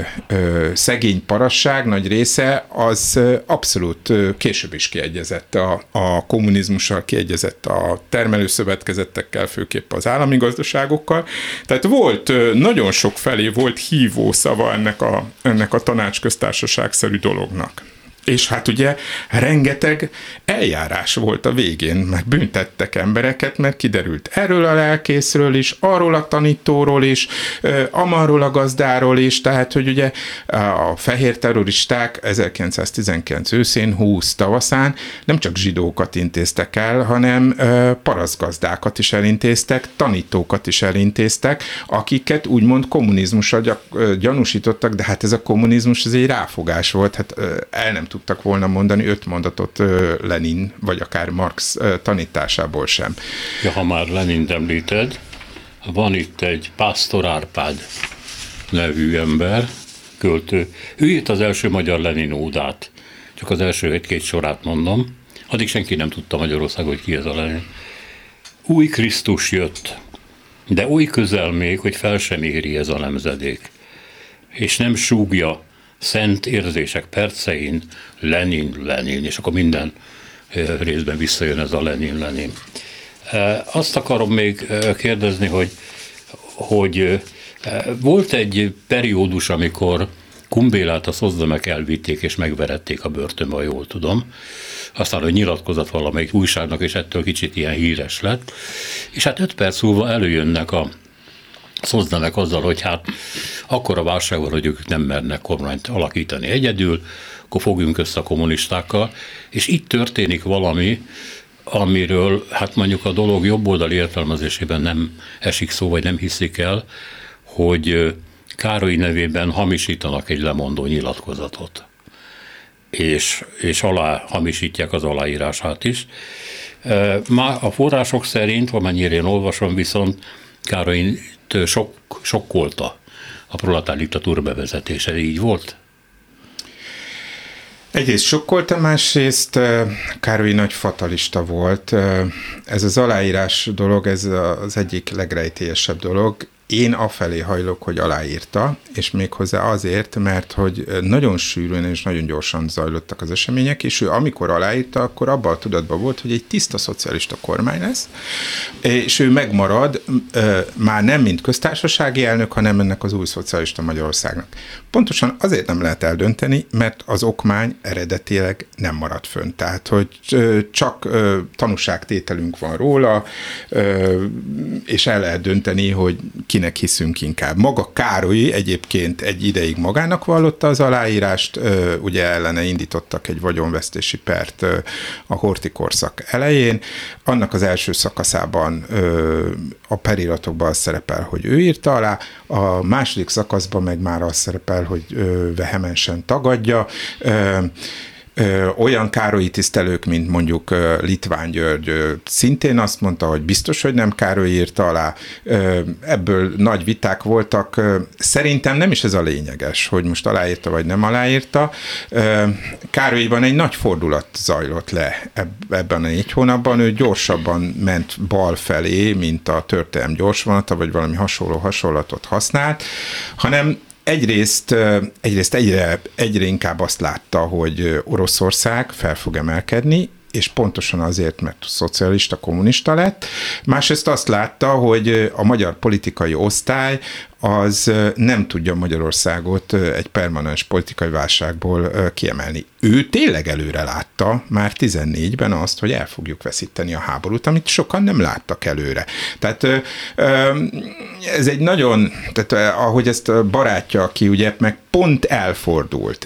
szegény parasság nagy része az abszolút később is kiegyezett a kommunizmussal, kiegyezett a termelőszövetkezetekkel, főképp az állami gazdaságokkal. Tehát volt, nagyon sok felé volt hívó szava ennek a tanácsköztársaságszerű dolognak. És hát ugye rengeteg eljárás volt a végén, meg büntettek embereket, mert kiderült erről a lelkészről is, arról a tanítóról is, amarról a gazdáról is, tehát hogy ugye a fehér terroristák 1919 őszén, 20 tavaszán nem csak zsidókat intéztek el, hanem parasztgazdákat is elintéztek, tanítókat is elintéztek, akiket úgymond kommunizmusra gyanúsítottak, de hát ez a kommunizmus, ez egy ráfogás volt, hát el nem tudtak volna mondani 5 mondatot Lenin, vagy akár Marx tanításából sem. Ja, ha már Lenint említed, van itt egy Pásztor Árpád nevű ember, költő. Ő írt az első magyar Lenin ódát. Csak az első 1-2 sorát mondom. Addig senki nem tudta Magyarországon, hogy ki ez a Lenin. Új Krisztus jött, de oly közel még, hogy fel sem éri ez a nemzedék. És nem súgja szent érzések percein Lenin, és akkor minden részben visszajön ez a Lenin. Azt akarom még kérdezni, hogy volt egy periódus, amikor Kumbélát a szozdemek elvitték és megverették a börtönbe, ha jól tudom. Aztán, hogy nyilatkozat valamelyik újságnak, és ettől kicsit ilyen híres lett. És hát 5 perc múlva előjönnek a szozdemek azzal, hogy hát akkora válság van, hogy ők nem mernek kormányt alakítani egyedül, akkor fogjunk össze a kommunistákkal, és itt történik valami, amiről hát mondjuk a dolog jobboldali értelmezésében nem esik szó, vagy nem hiszik el, hogy Károly nevében hamisítanak egy lemondó nyilatkozatot, és alá hamisítják az aláírását is. Már a források szerint, amennyire én olvasom, viszont Károlyt sokkolta a proletár diktatúra bevezetése. Így volt? Egyrészt sokkolta, másrészt Károly nagy fatalista volt. Ez az aláírás dolog, ez az egyik legrejtélyesebb dolog. Én afelé hajlok, hogy aláírta, és méghozzá azért, mert hogy nagyon sűrűn és nagyon gyorsan zajlottak az események, és ő amikor aláírta, akkor abban a tudatban volt, hogy egy tiszta szocialista kormány lesz, és ő megmarad már nem mint köztársasági elnök, hanem ennek az új szocialista Magyarországnak. Pontosan azért nem lehet eldönteni, mert az okmány eredetileg nem maradt fönn. Tehát, hogy csak tanúságtételünk van róla, és el lehet dönteni, hogy kinek hiszünk inkább. Maga Károly egyébként egy ideig magának vallotta az aláírást, ugye ellene indítottak egy vagyonvesztési pert a Horthy korszak elején. Annak az első szakaszában a periratokban az szerepel, hogy ő írta alá, a második szakaszban meg már az szerepel, hogy vehemensen tagadja. Olyan Károlyi tisztelők, mint mondjuk Litván György szintén azt mondta, hogy biztos, hogy nem Károly írta alá. Ebből nagy viták voltak. Szerintem nem is ez a lényeges, hogy most aláírta vagy nem aláírta. Károlyban egy nagy fordulat zajlott le ebben a 4 hónapban. Ő gyorsabban ment bal felé, mint a történelem gyorsvonata, vagy valami hasonlatot használt, hanem Egyrészt egyre inkább azt látta, hogy Oroszország fel fog emelkedni, és pontosan azért, mert szocialista, kommunista lett. Másrészt azt látta, hogy a magyar politikai osztály az nem tudja Magyarországot egy permanens politikai válságból kiemelni. Ő tényleg előre látta már 14-ben azt, hogy el fogjuk veszíteni a háborút, amit sokan nem láttak előre. Tehát ez egy nagyon, tehát ahogy ezt a barátja, aki ugye meg pont elfordult,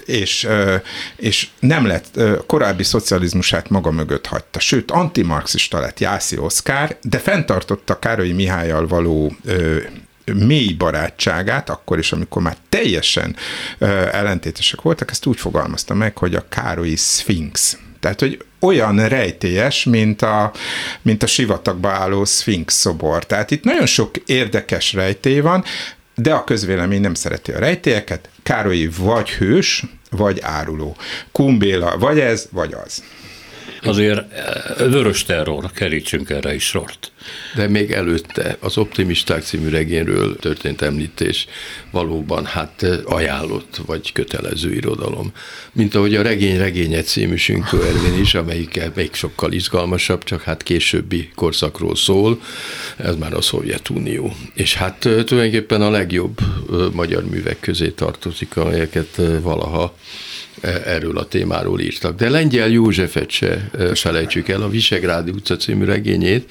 és nem lett, korábbi szocializmusát maga mögött hagyta, sőt, antimarxista lett Jászi Oszkár, de fenntartotta Károlyi Mihállyal való mély barátságát, akkor is, amikor már teljesen ellentétesek voltak, ezt úgy fogalmazta meg, hogy a Károlyi szfinx. Tehát, hogy olyan rejtélyes, mint a sivatagba álló szfinx szobor. Tehát itt nagyon sok érdekes rejtély van, de a közvélemény nem szereti a rejtélyeket. Károly vagy hős, vagy áruló. Kumbéla vagy ez, vagy az. Azért vörös terror, kerítsünk erre is sort. De még előtte az Optimisták című regényről történt említés valóban ajánlott vagy kötelező irodalom. Mint ahogy a Regénye című Sünkő Ervin is, amelyik még sokkal izgalmasabb, csak későbbi korszakról szól, ez már a Szovjetunió. És tulajdonképpen a legjobb magyar művek közé tartozik, amelyeket valaha erről a témáról írtak. De Lengyel Józsefet se felejtsük el, a Visegrádi utca című regényét,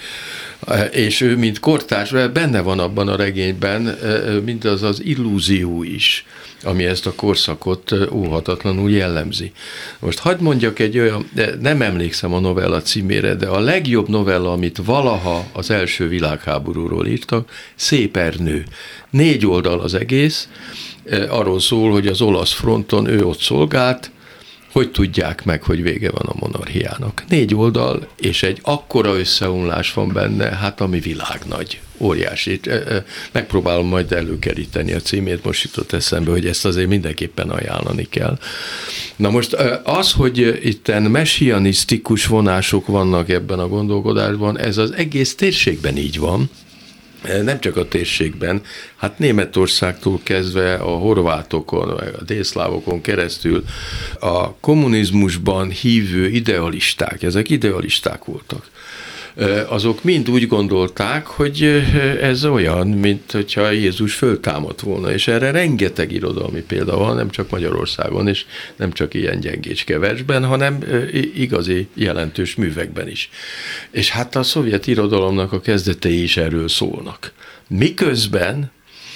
és ő, mint kortárs, benne van abban a regényben mindaz az illúzió is, ami ezt a korszakot óhatatlanul jellemzi. Most hadd mondjak egy olyan, nem emlékszem a novella címére, de a legjobb novella, amit valaha az első világháborúról írtak, Szép Ernő. 4 oldal az egész, arról szól, hogy az olasz fronton ő ott szolgált, hogy tudják meg, hogy vége van a monarchiának. 4 oldal, és egy akkora összeomlás van benne, ami világnagy, óriási. Megpróbálom majd előkeríteni a címét, most jutott eszembe, hogy ezt azért mindenképpen ajánlani kell. Na most az, hogy itten messianisztikus vonások vannak ebben a gondolkodásban, ez az egész térségben így van, nem csak a térségben, Németországtól kezdve a horvátokon, a délszlávokon keresztül a kommunizmusban hívő idealisták, ezek idealisták voltak. azok mind úgy gondolták, hogy ez olyan, mint hogyha Jézus föltámadt volna, és erre rengeteg irodalmi példa van, nem csak Magyarországon, és nem csak ilyen gyengécske versben, hanem igazi jelentős művekben is. És hát a szovjet irodalomnak a kezdetei is erről szólnak. Miközben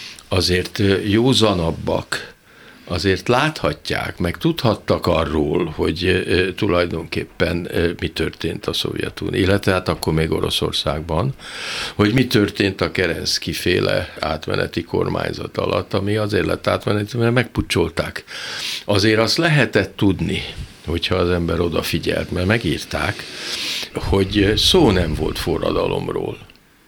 azért józanabbak, azért láthatják, meg tudhattak arról, hogy tulajdonképpen mi történt a Szovjetunió, illetve hát akkor még Oroszországban, hogy mi történt a Kerenszky féle átmeneti kormányzat alatt, ami azért lett átmeneti, mert megpucsolták. Azért azt lehetett tudni, hogyha az ember odafigyelt, mert megírták, hogy szó nem volt forradalomról.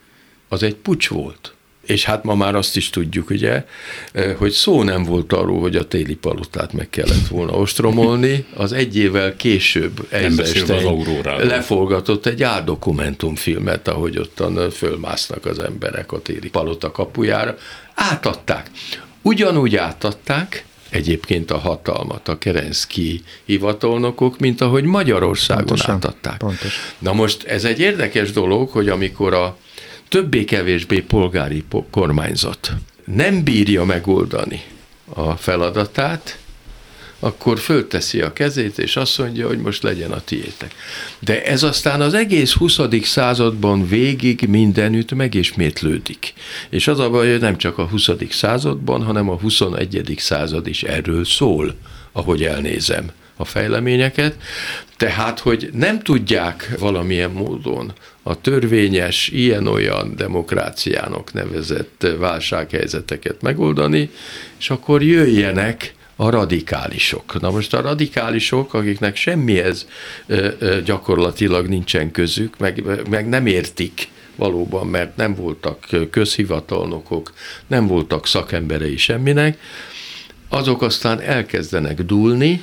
Az egy puccs volt. És hát ma már azt is tudjuk, ugye, hogy szó nem volt arról, hogy a Téli Palotát meg kellett volna ostromolni. Az egy évvel később Eisenstein leforgatott egy áldokumentumfilmet, ahogy ottan fölmásznak az emberek a Téli Palota kapujára. Átadták. Ugyanúgy átadták egyébként a hatalmat a Kerenszky hivatalnokok, mint ahogy Magyarországon átadták. Pontos. Na most ez egy érdekes dolog, hogy amikor a többé-kevésbé polgári kormányzat nem bírja megoldani a feladatát, akkor fölteszi a kezét, és azt mondja, hogy most legyen a tiétek. De ez aztán az egész 20. században végig mindenütt megismétlődik. És az a baj, hogy nem csak a 20. században, hanem a 21. század is erről szól, ahogy elnézem a fejleményeket. Tehát, hogy nem tudják valamilyen módon a törvényes, ilyen-olyan demokráciának nevezett válsághelyzeteket megoldani, és akkor jöjjenek a radikálisok. Na most a radikálisok, akiknek semmihez gyakorlatilag nincsen közük, meg nem értik valóban, mert nem voltak közhivatalnokok, nem voltak szakemberei semminek, azok aztán elkezdenek dúlni,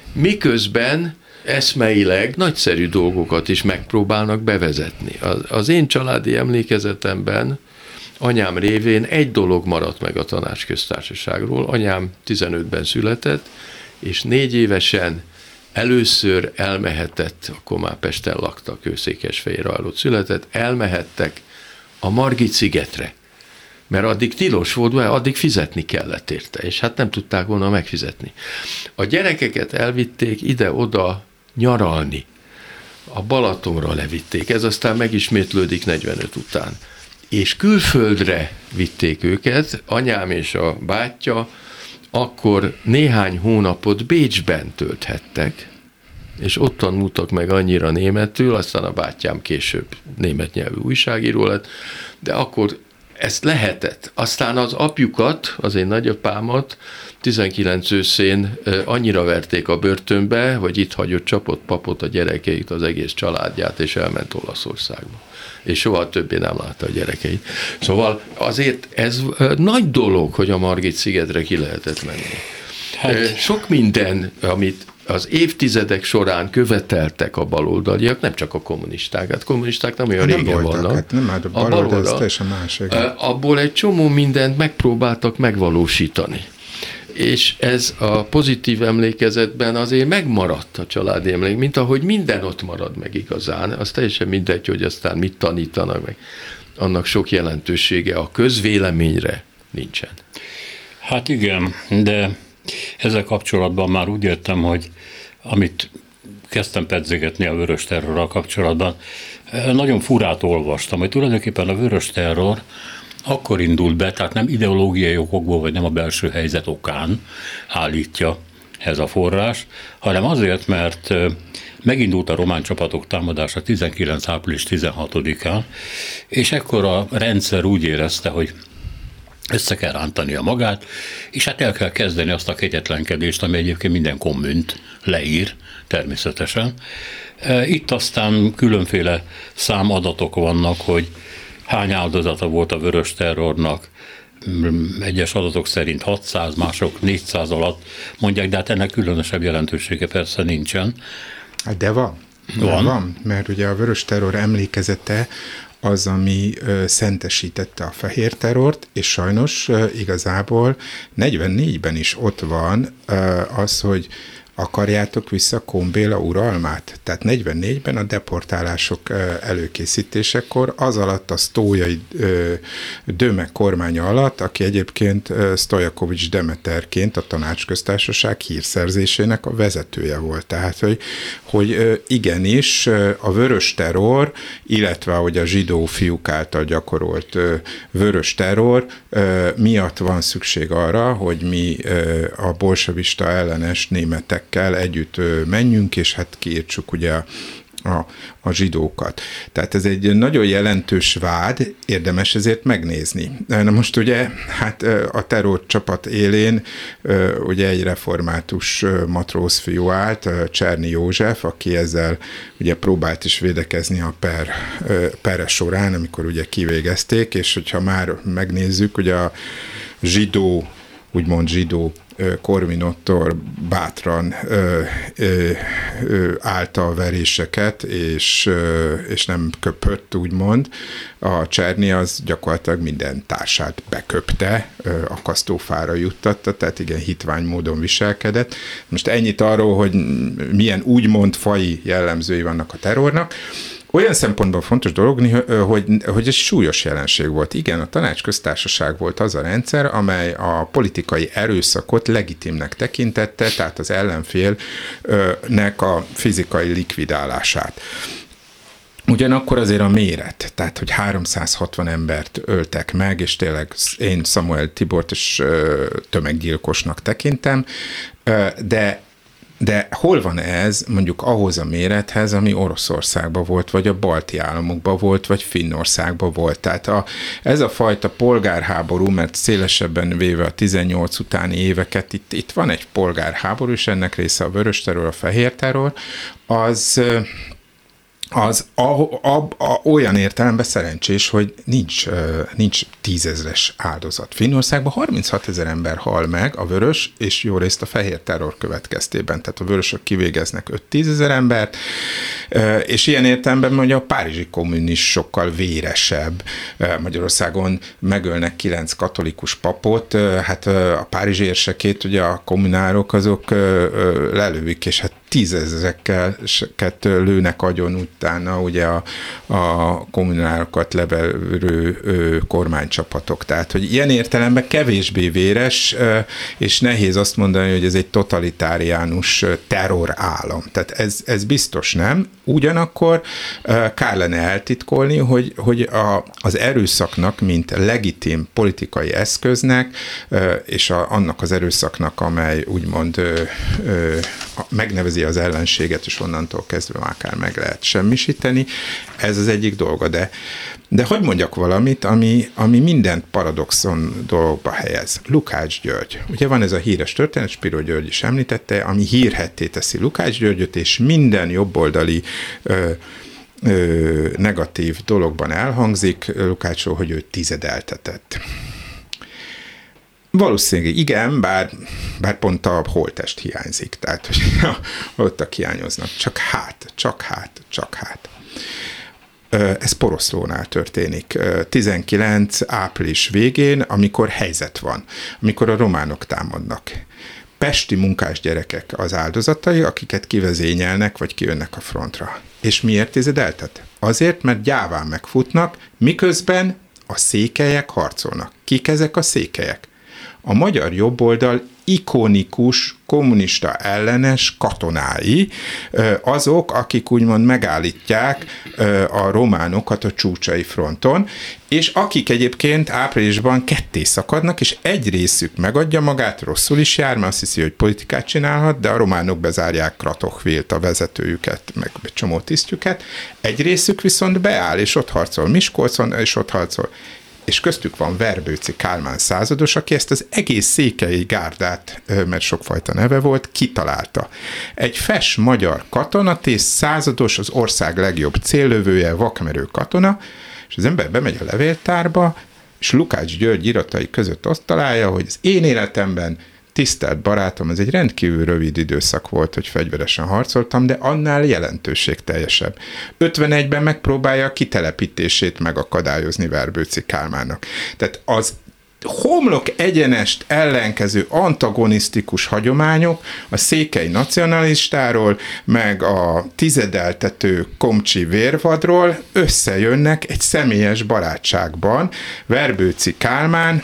miközben eszmeileg nagyszerű dolgokat is megpróbálnak bevezetni. Az én családi emlékezetemben anyám révén egy dolog maradt meg a Tanácsköztársaságról. Anyám 15-ben született, és 4 évesen először elmehetett, akkor már Pesten laktak, ő Székesfehérváron ott született, elmehettek a Margit-szigetre. Mert addig tilos volt, mert addig fizetni kellett érte, és hát nem tudták volna megfizetni. A gyerekeket elvitték ide-oda nyaralni. A Balatonra levitték, ez aztán megismétlődik 45 után. És külföldre vitték őket, anyám és a bátyja akkor néhány hónapot Bécsben tölthettek, és ott tanultak meg annyira németül, aztán a bátyám később német nyelvű újságíró lett, de akkor ezt lehetett. Aztán az apjukat, az én nagyapámat 19 őszén annyira verték a börtönbe, hogy itt hagyott csapott papot a gyerekeit, az egész családját, és elment Olaszországba. És soha többé nem látta a gyerekeit. Szóval azért ez nagy dolog, hogy a Margit-szigetre ki lehetett menni. Hát. Sok minden, amit az évtizedek során követeltek a baloldaliak, nem csak a kommunisták, hát kommunisták nem olyan régen vannak. Hát nem, hát a baloldal az teljesen másik. Abból egy csomó mindent megpróbáltak megvalósítani. És ez a pozitív emlékezetben azért megmaradt a családi emlék, mint ahogy minden ott marad meg igazán. Az teljesen mindegy, hogy aztán mit tanítanak meg. Annak sok jelentősége a közvéleményre nincsen. Hát igen, de ezzel kapcsolatban már úgy értem, hogy amit kezdtem pedzegetni a vörös terrorral kapcsolatban, nagyon furát olvastam, hogy tulajdonképpen a vörös terror akkor indult be, tehát nem ideológiai okokból, vagy nem a belső helyzet okán állítja ez a forrás, hanem azért, mert megindult a román csapatok támadása 19. április 16-án, és ekkor a rendszer úgy érezte, hogy össze kell rántania magát, és hát el kell kezdeni azt a kegyetlenkedést, ami egyébként minden kommunt leír, természetesen. Itt aztán különféle számadatok vannak, hogy hány áldozata volt a vörös terrornak, egyes adatok szerint 600, mások 400 alatt mondják, de hát ennek különösebb jelentősége persze nincsen. De van, mert ugye a vörös terror emlékezete az, ami szentesítette a fehér terrort, és sajnos igazából 44-ben is ott van az, hogy akarjátok vissza Kombéla uralmát? Tehát 44-ben a deportálások előkészítésekor az alatt a sztójai Döme kormánya alatt, aki egyébként Stojakovics Demeterként a Tanácsköztársaság hírszerzésének a vezetője volt. Tehát, hogy igenis a vörös terror, illetve hogy a zsidó fiúk által gyakorolt vörös terror miatt van szükség arra, hogy mi a bolsevista ellenes németekkel együtt menjünk, és hát kiírtsuk ugye a zsidókat. Tehát ez egy nagyon jelentős vád, érdemes ezért megnézni. Na most ugye, hát a terrorcsapat élén ugye egy református matrózfiú állt, Cserny József, aki ezzel ugye próbált is védekezni a pere során, amikor ugye kivégezték, és hogyha már megnézzük, ugye a úgymond zsidó Korvin-Ottor bátran állta a veréseket, és nem köpött, úgymond. A Cserny az gyakorlatilag minden társát beköpte, akasztófára juttatta, tehát igen, hitvány módon viselkedett. Most ennyit arról, hogy milyen úgymond faji jellemzői vannak a terrornak. Olyan szempontból fontos dolog, hogy ez súlyos jelenség volt. Igen, a Tanácsköztársaság volt az a rendszer, amely a politikai erőszakot legitimnek tekintette, tehát az ellenfélnek a fizikai likvidálását. Ugyanakkor azért a méret, tehát hogy 360 embert öltek meg, és tényleg én Samuel Tibort is tömeggyilkosnak tekintem, de hol van ez mondjuk ahhoz a mérethez, ami Oroszországban volt, vagy a balti államokban volt, vagy Finnországban volt. Tehát ez a fajta polgárháború, mert szélesebben véve a 18 utáni éveket, itt van egy polgárháború, és ennek része a vörös terror, a fehér terror, az olyan értelemben szerencsés, hogy nincs 10 000-es áldozat. Finnországban 36 000 ember hal meg a vörös, és jó részt a fehér terror következtében. Tehát a vörösök kivégeznek 5-10 000 embert, és ilyen értelemben mondja, a párizsi kommun is sokkal véresebb. Magyarországon megölnek 9 katolikus papot, hát a párizsi érsekét ugye a kommunárok azok lelőik, és hát 10 000-eket lőnek agyon utána ugye a kommunárokat leverő kormánycsapatok. Tehát, hogy ilyen értelemben kevésbé véres, és nehéz azt mondani, hogy ez egy totalitáriánus terrorállam. Tehát ez biztos nem. Ugyanakkor kár lenne eltitkolni, hogy az erőszaknak, mint legitim politikai eszköznek, és annak az erőszaknak, amely úgymond megnevezi az ellenséget, és onnantól kezdve már akár meg lehet semmisíteni. Ez az egyik dolga, de hogy mondjak valamit, ami mindent paradoxon dologba helyez. Lukács György. Ugye van ez a híres történet, Spiro György is említette, ami hírhedté teszi Lukács Györgyöt, és minden jobboldali negatív dologban elhangzik Lukácsról, hogy ő tizedeltetett. Valószínűleg igen, bár pont a holttest hiányzik, tehát hogy holtak hiányoznak. Csak hát. Ez Poroszlónál történik. 19 április végén, amikor helyzet van, amikor a románok támadnak. Pesti munkás gyerekek az áldozatai, akiket kivezényelnek, vagy kijönnek a frontra. És miért tizedeltet? Azért, mert gyáván megfutnak, miközben a székelyek harcolnak. Kik ezek a székelyek? A magyar jobboldal ikonikus, kommunista ellenes katonái, azok, akik úgymond megállítják a románokat a csúcsai fronton, és akik egyébként áprilisban ketté szakadnak, és egy részük megadja magát, rosszul is jár, mert azt hiszi, hogy politikát csinálhat, de a románok bezárják Kratochwilt, a vezetőjüket, meg egy csomó tisztjüket, egy részük viszont beáll, és ott harcol Miskolcon, és ott harcol. És köztük van Verbőci Kálmán százados, aki ezt az egész székely gárdát, mert sokfajta neve volt, kitalálta. Egy fes magyar katonatész százados, az ország legjobb céllövője, vakmerő katona, és az ember bemegy a levéltárba, és Lukács György iratai között azt találja, hogy az én életemben, tisztelt barátom, ez egy rendkívül rövid időszak volt, hogy fegyveresen harcoltam, de annál jelentőségteljesebb. 51-ben megpróbálja a kitelepítését megakadályozni Verbőci Kálmánnak. Tehát homlok egyenest ellenkező antagonisztikus hagyományok a székely nacionalistáról, meg a tizedeltető komcsi vérvadról összejönnek egy személyes barátságban. Verbőci Kálmán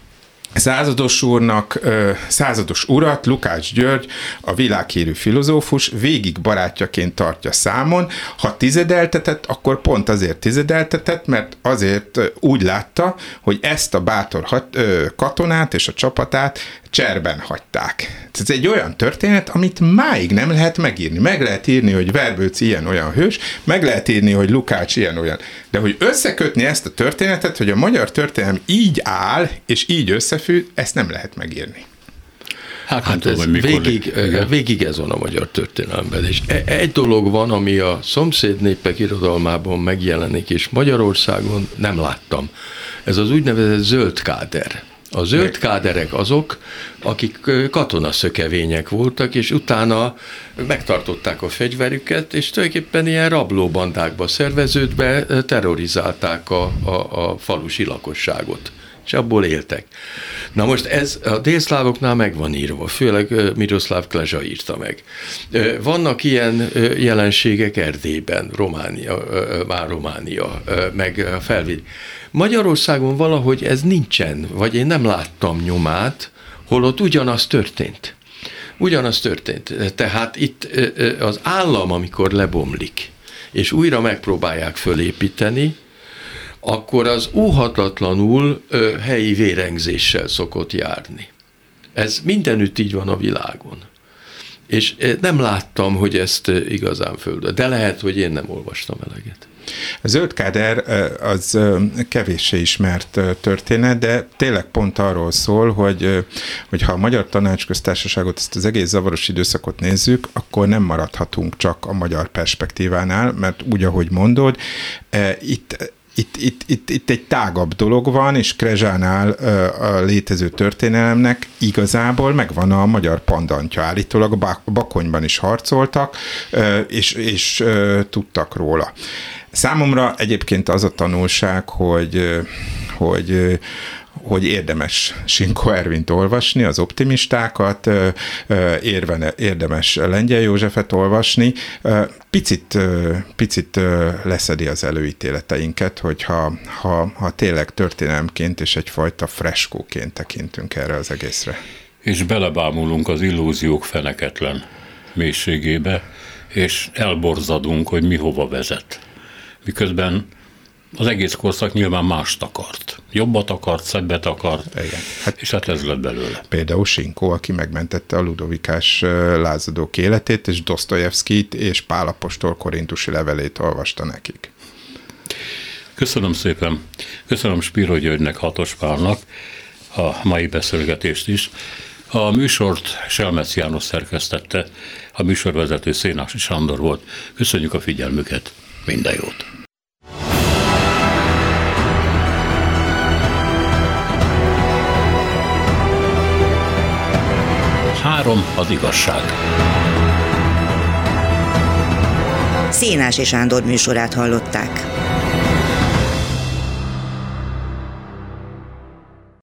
százados urat, Lukács György, a világhírű filozófus végig barátjaként tartja számon. Ha tizedeltetett, akkor pont azért tizedeltetett, mert azért úgy látta, hogy ezt a bátor katonát és a csapatát cserben hagyták. Ez egy olyan történet, amit máig nem lehet megírni. Meg lehet írni, hogy Verbőci ilyen-olyan hős, meg lehet írni, hogy Lukács ilyen-olyan. De hogy összekötni ezt a történetet, hogy a magyar történelem így áll, és így összefügg, ezt nem lehet megírni. Hát ez végig ez van a magyar történelemben. És egy dolog van, ami a szomszéd népek irodalmában megjelenik, és Magyarországon nem láttam. Ez az úgynevezett zöld káder. A zöld káderek azok, akik katonaszökevények voltak, és utána megtartották a fegyverüket, és tulajdonképpen ilyen rablóbandákba szerveződve terrorizálták a falusi lakosságot, és abból éltek. Na most ez a délszlávoknál meg van írva, főleg Miroslav Klezsa írta meg. Vannak ilyen jelenségek Erdélyben, Románia, meg Felvidék. Magyarországon valahogy ez nincsen, vagy én nem láttam nyomát, holott ugyanaz történt. Ugyanaz történt. Tehát itt az állam, amikor lebomlik, és újra megpróbálják fölépíteni, akkor az óhatatlanul helyi vérengzéssel szokott járni. Ez mindenütt így van a világon. És nem láttam, hogy ezt igazán földön. De lehet, hogy én nem olvastam eleget. A zöld káder az kevéssé ismert történet, de tényleg pont arról szól, hogy ha a Magyar Tanácsköztársaságot, ezt az egész zavaros időszakot nézzük, akkor nem maradhatunk csak a magyar perspektívánál, mert úgy, ahogy mondod, itt egy tágabb dolog van, és Krezsánál a létező történelemnek igazából megvan a magyar pandantja. Állítólag a Bakonyban is harcoltak, és tudtak róla. Számomra egyébként az a tanulság, hogy érdemes Sinko Ervint olvasni, az optimistákat, érdemes Lengyel Józsefet olvasni. Picit leszedi az előítéleteinket, hogyha tényleg történelemként és egyfajta freskóként tekintünk erre az egészre. És belebámulunk az illúziók feneketlen mélységébe, és elborzadunk, hogy mi hova vezet. Miközben az egész korszak nyilván mást akart. Jobbat akart, szebbet akart, igen. És hát ez lett belőle. Például Sinko, aki megmentette a ludovikás lázadók életét, és Dosztojevszkijt és Pál apostol korintusi levelét olvasta nekik. Köszönöm szépen. Köszönöm Spiro Györgynek, Hatos Pálnak a mai beszélgetést is. A műsort Selmec János szerkesztette, a műsorvezető Szénási Sándor volt. Köszönjük a figyelmüket. Minden jót! Az igazság. Szénási Sándor műsorát hallották.